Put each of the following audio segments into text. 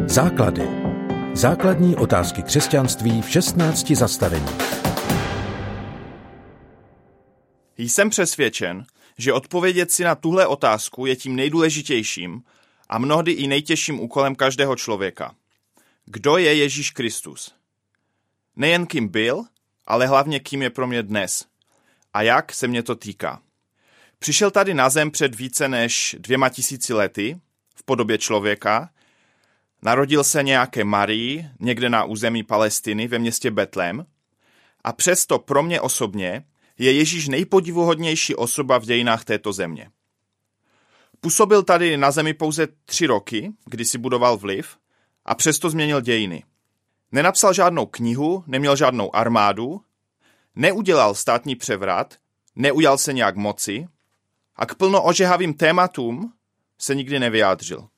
Základy. Základní otázky křesťanství v 16 zastaveních. Jsem přesvědčen, že odpovědět si na tuhle otázku je tím nejdůležitějším a mnohdy i nejtěžším úkolem každého člověka. Kdo je Ježíš Kristus? Nejen kým byl, ale hlavně kým je pro mě dnes. A jak se mě to týká. Přišel tady na zem před více než 2000 lety v podobě člověka. Narodil se nějaké Marii někde na území Palestiny ve městě Betlém. A přesto pro mě osobně je Ježíš nejpodivuhodnější osoba v dějinách této země. Působil tady na zemi pouze 3 roky, kdy si budoval vliv, a přesto změnil dějiny. Nenapsal žádnou knihu, neměl žádnou armádu, neudělal státní převrat, neujal se nějak moci a k plno ožehavým tématům se nikdy nevyjádřil.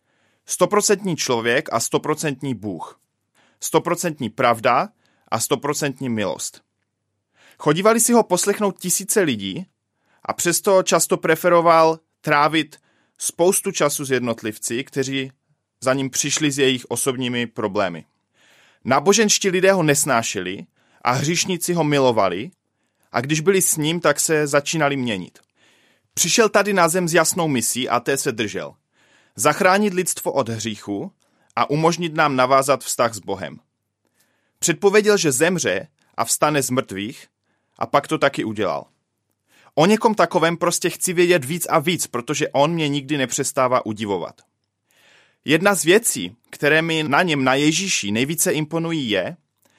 100% člověk a 100% Bůh. 100% pravda a 100% milost. Chodívali si ho poslechnout tisíce lidí a přesto často preferoval trávit spoustu času s jednotlivci, kteří za ním přišli s jejich osobními problémy. Náboženští lidé ho nesnášeli a hříšníci ho milovali a když byli s ním, tak se začínali měnit. Přišel tady na zem s jasnou misí a té se držel. Zachránit lidstvo od hříchu a umožnit nám navázat vztah s Bohem. Předpověděl, že zemře a vstane z mrtvých a pak to taky udělal. O někom takovém prostě chci vědět víc a víc, protože on mě nikdy nepřestává udivovat. Jedna z věcí, které mi na něm, na Ježíši, nejvíce imponují je,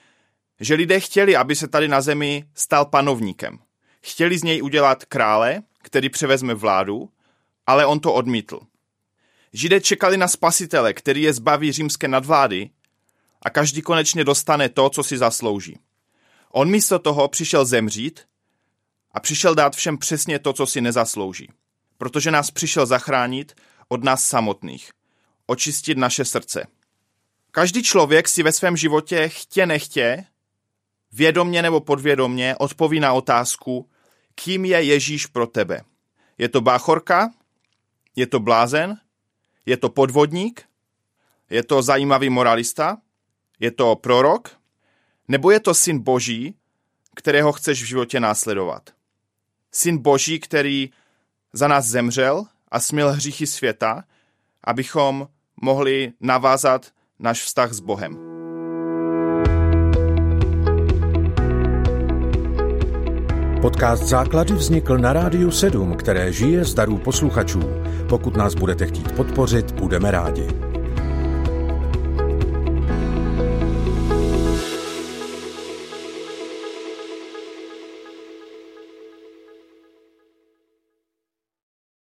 že lidé chtěli, aby se tady na zemi stal panovníkem. Chtěli z něj udělat krále, který převezme vládu, ale on to odmítl. Židé čekali na spasitele, který je zbaví římské nadvlády a každý konečně dostane to, co si zaslouží. On místo toho přišel zemřít a přišel dát všem přesně to, co si nezaslouží. Protože nás přišel zachránit od nás samotných. Očistit naše srdce. Každý člověk si ve svém životě chtě nechtě, vědomně nebo podvědomně odpoví na otázku, kým je Ježíš pro tebe. Je to báchorka? Je to blázen? Je to podvodník? Je to zajímavý moralista? Je to prorok? Nebo je to syn Boží, kterého chceš v životě následovat? Syn Boží, který za nás zemřel a smyl hříchy světa, abychom mohli navázat náš vztah s Bohem. Podcast Základy vznikl na Rádiu 7, které žije z darů posluchačů. Pokud nás budete chtít podpořit, budeme rádi.